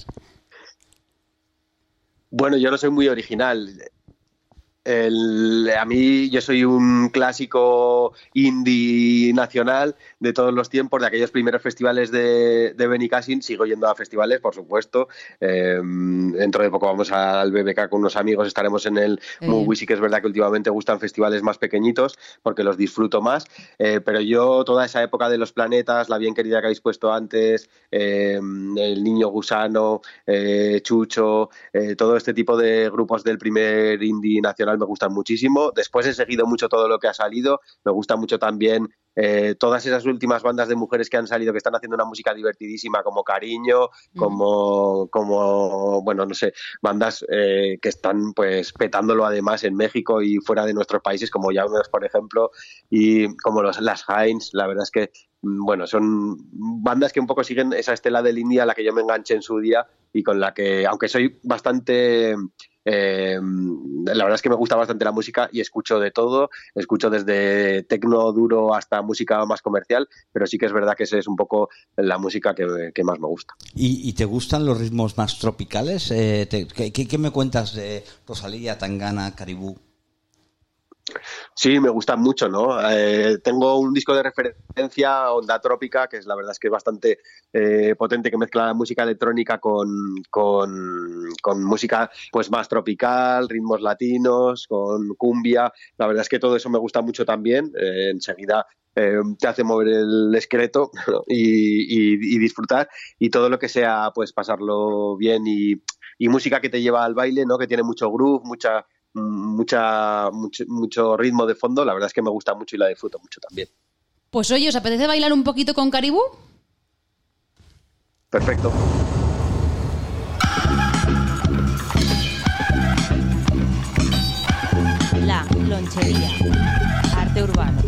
Bueno, yo no soy muy original. El, a mí, yo soy un clásico indie nacional de todos los tiempos, de aquellos primeros festivales de, de Benicassin. Sigo yendo a festivales, por supuesto. Eh, dentro de poco vamos al B B K con unos amigos, estaremos en el eh. Movie. Sí que es verdad que últimamente gustan festivales más pequeñitos porque los disfruto más. Eh, pero yo, toda esa época de Los Planetas, La Bien Querida que habéis puesto antes, eh, El Niño Gusano, eh, Chucho, eh, todo este tipo de grupos del primer indie nacional me gustan muchísimo. Después he seguido mucho todo lo que ha salido. Me gusta mucho también eh, todas esas últimas bandas de mujeres que han salido, que están haciendo una música divertidísima, como Cariño, mm. como, como, bueno, no sé, bandas eh, que están pues petándolo además en México y fuera de nuestros países, como Jaunes, por ejemplo, y como los, las Heinz. La verdad es que, bueno, son bandas que un poco siguen esa estela del indie a la que yo me enganché en su día y con la que, aunque soy bastante... Eh, la verdad es que me gusta bastante la música y escucho de todo, escucho desde tecno duro hasta música más comercial, pero sí que es verdad que esa es un poco la música que, que más me gusta. ¿Y, y te gustan los ritmos más tropicales? Eh, te, ¿qué, qué me cuentas de Rosalía, Tangana, Caribú? Sí, me gustan mucho, ¿no? Eh, tengo un disco de referencia, Onda Trópica, que es la verdad es que es bastante eh, potente, que mezcla la música electrónica con, con, con música pues más tropical, ritmos latinos, con cumbia. La verdad es que todo eso me gusta mucho también. Eh, enseguida eh, te hace mover el esqueleto, ¿no? y, y, y disfrutar. Y todo lo que sea, pues pasarlo bien y, y música que te lleva al baile, ¿no? Que tiene mucho groove, mucha... mucha mucho, mucho ritmo de fondo, la verdad es que me gusta mucho y la disfruto mucho también. Pues oye, ¿os apetece bailar un poquito con Caribú? Perfecto. La lonchería, arte urbano.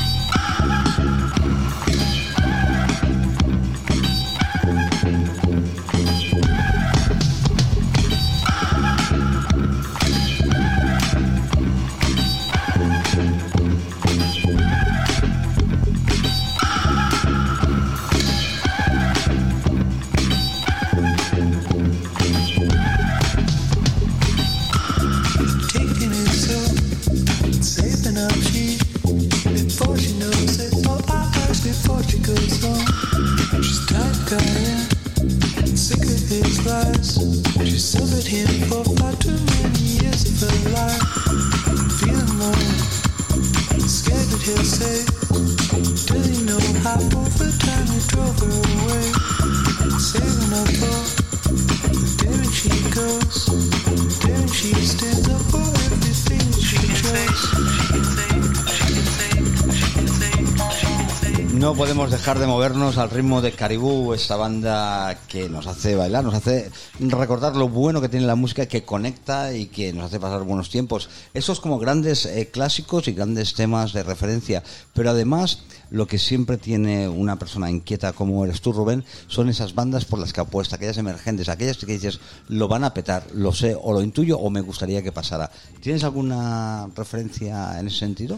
No podemos dejar de movernos al ritmo de Caribú, esta banda que nos hace bailar, nos hace recordar lo bueno que tiene la música, que conecta y que nos hace pasar buenos tiempos. Esos como grandes eh, clásicos y grandes temas de referencia, pero además lo que siempre tiene una persona inquieta como eres tú, Rubén, son esas bandas por las que apuesta, aquellas emergentes, aquellas que dices, lo van a petar, lo sé, o lo intuyo, o me gustaría que pasara. ¿Tienes alguna referencia en ese sentido?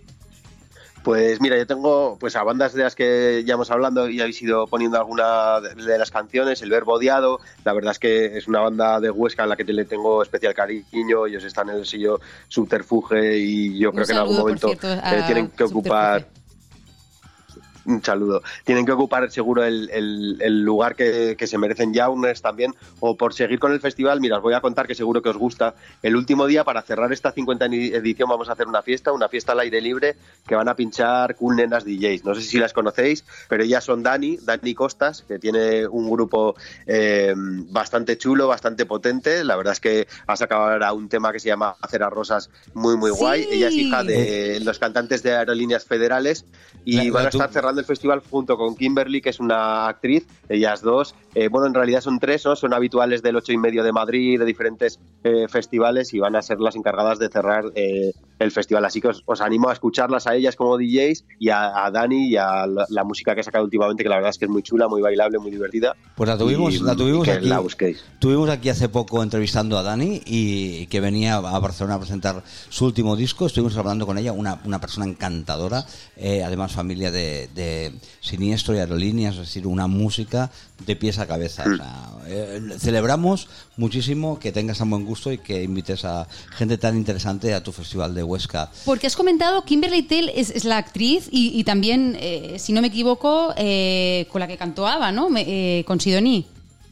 Pues mira, yo tengo pues a bandas de las que ya hemos hablado y habéis ido poniendo alguna de las canciones, El Verbo Odiado, la verdad es que es una banda de Huesca a la que le tengo especial cariño, ellos están en el sello Subterfuge y yo creo que en algún momento cierto, eh, tienen que ocupar... Un saludo. Tienen que ocupar seguro el, el, el lugar que, que se merecen Jauners también, o por seguir con el festival. Mira, os voy a contar que seguro que os gusta. El último día, para cerrar esta cincuenta edición, vamos a hacer una fiesta, una fiesta al aire libre, que van a pinchar Cool Nenas D Js. No sé si las conocéis, pero ellas son Dani, Dani Costas, que tiene un grupo eh, bastante chulo, bastante potente. La verdad es que ha sacado ahora un tema que se llama Aceras Rosas, muy, muy guay. Sí. Ella es hija de los cantantes de Aerolíneas Federales y la, van a estar cerrando el festival junto con Kimberly, que es una actriz, ellas dos, eh, bueno, en realidad son tres, ¿no? Son habituales del ocho y medio de Madrid, de diferentes eh, festivales, y van a ser las encargadas de cerrar eh, el festival, así que os, os animo a escucharlas a ellas como D Js y a, a Dani y a la, la música que ha sacado últimamente, que la verdad es que es muy chula, muy bailable, muy divertida. Pues la tuvimos, y, la tuvimos y aquí, la busquéis. Tuvimos aquí hace poco entrevistando a Dani, y que venía a Barcelona a presentar su último disco. Estuvimos hablando con ella, una, una persona encantadora, eh, además familia de, de Siniestro y Aerolíneas, es decir, una música de pies a cabeza. O sea, eh, celebramos muchísimo que tengas tan buen gusto y que invites a gente tan interesante a tu festival de Huesca. Porque has comentado, Kimberly Tell es, es la actriz y, y también, eh, si no me equivoco, eh, con la que cantó Ava, ¿no? Me, eh, con Sidoní.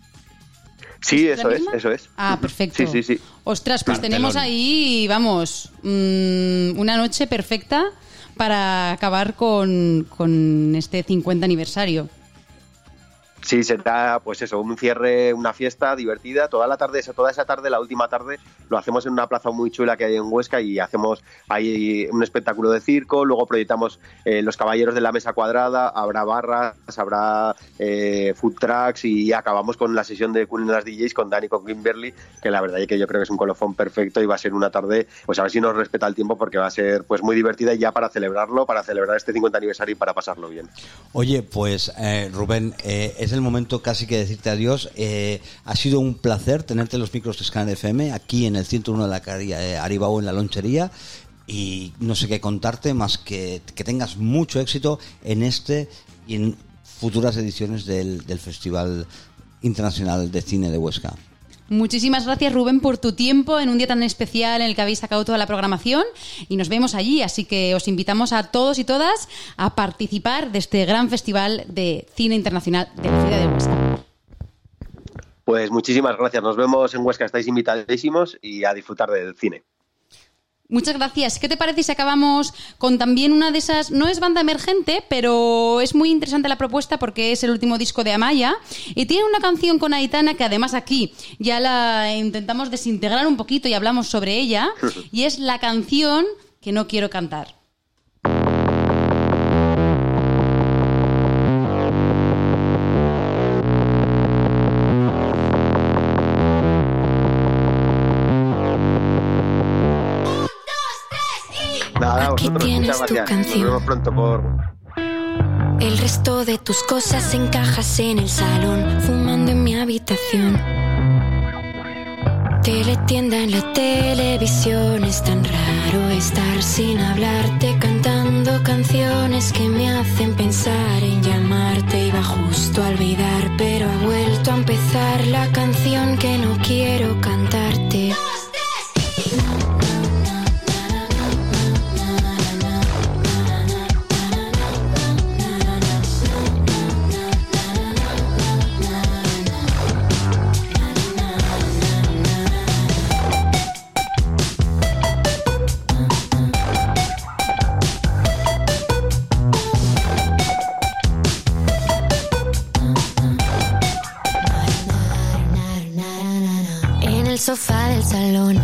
Sí, ¿Es eso es, eso es. Ah, perfecto. Sí, sí, sí. Ostras, pues Cartelón. Tenemos ahí, vamos, mmm, una noche perfecta para acabar con, con este cincuenta aniversario. Sí, será pues eso, un cierre, una fiesta divertida, toda la tarde, toda esa tarde, la última tarde, lo hacemos en una plaza muy chula que hay en Huesca y hacemos ahí un espectáculo de circo, luego proyectamos eh, Los Caballeros de la Mesa Cuadrada, habrá barras, habrá eh, food trucks y acabamos con la sesión de Cool Nenas D Js con Dani, con Kimberly, que la verdad es que yo creo que es un colofón perfecto y va a ser una tarde, pues a ver si nos respeta el tiempo porque va a ser pues muy divertida y ya para celebrarlo, para celebrar este cincuenta aniversario y para pasarlo bien. Oye, pues eh, Rubén, eh, es el el momento casi que decirte adiós. Eh, ha sido un placer tenerte en los micros de Scanner F M, aquí en el ciento uno de la calle eh, Aribau, en la lonchería. Y no sé qué contarte más que que tengas mucho éxito en este y en futuras ediciones del, del Festival Internacional de Cine de Huesca. Muchísimas gracias, Rubén, por tu tiempo en un día tan especial en el que habéis sacado toda la programación, y nos vemos allí, así que os invitamos a todos y todas a participar de este gran Festival de Cine Internacional de la ciudad de Huesca. Pues muchísimas gracias, nos vemos en Huesca, estáis invitadísimos y a disfrutar del cine. Muchas gracias. ¿Qué te parece si acabamos con también una de esas? No es banda emergente, pero es muy interesante la propuesta porque es el último disco de Amaya y tiene una canción con Aitana que además aquí ya la intentamos desintegrar un poquito y hablamos sobre ella, y es la canción que no quiero cantar. Nada, Aquí vosotros, tienes muchas tu gracias. canción. Nos vemos pronto por... El resto de tus cosas encajas en el salón, fumando en mi habitación. Teletienda en la televisión, es tan raro estar sin hablarte, cantando canciones que me hacen pensar en llamarte. Iba justo a olvidar, pero ha vuelto a empezar la canción que no quiero cantarte. Sofá del salón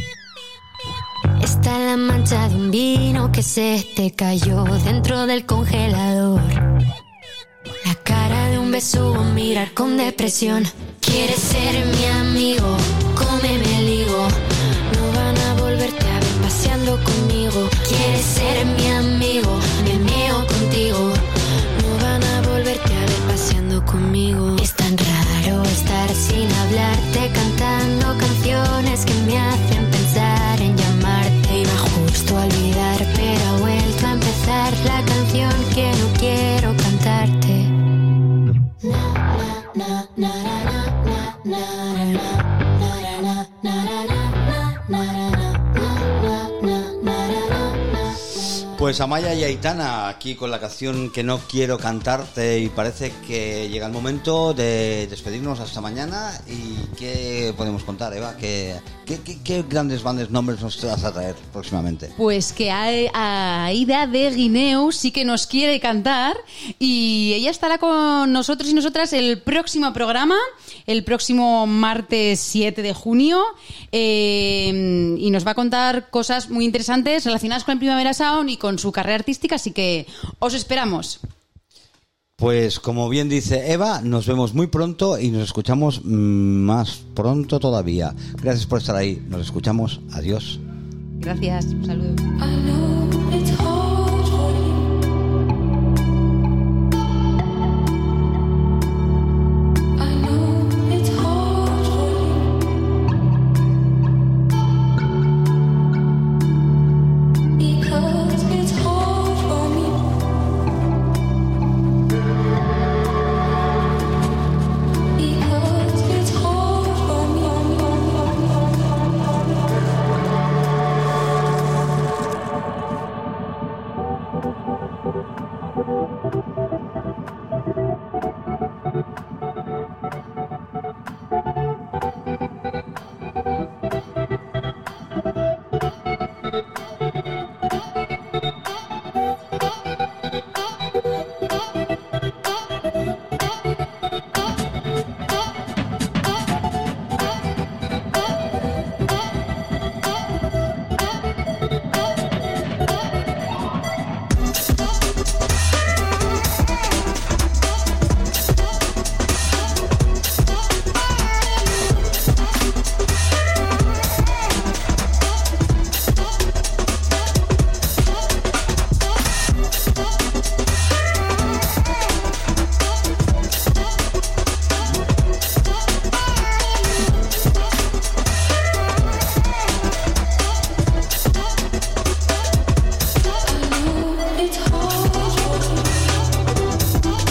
está la mancha de un vino que se te cayó dentro del congelador. La cara de un besugo, mirar con depresión. Quieres ser mi amigo, cómeme el higo. No van a volverte a ver paseando conmigo. Quieres ser mi amigo, me meo contigo. No van a volverte a ver paseando conmigo. Es tan raro estar sin hablarte, cantando canciones que me hacen pensar en llamarte. Iba justo a olvidar, pero ha vuelto a empezar la canción que no quiero cantarte. Na, na, na, na, na, na, na, na, Pues Amaya y Aitana aquí con la canción que no quiero cantarte, y parece que llega el momento de despedirnos hasta mañana. ¿Y qué podemos contar, Eva? ¿Qué, qué, qué, qué grandes bandas nombres nos vas a traer próximamente? Pues que a Aida de Guineu sí que nos quiere cantar, y ella estará con nosotros y nosotras el próximo programa, el próximo martes siete de junio, eh, y nos va a contar cosas muy interesantes relacionadas con el Primavera Sound y con su carrera artística, así que os esperamos. Pues como bien dice Eva, nos vemos muy pronto y nos escuchamos más pronto todavía. Gracias por estar ahí, nos escuchamos, adiós. Gracias, un saludo. na.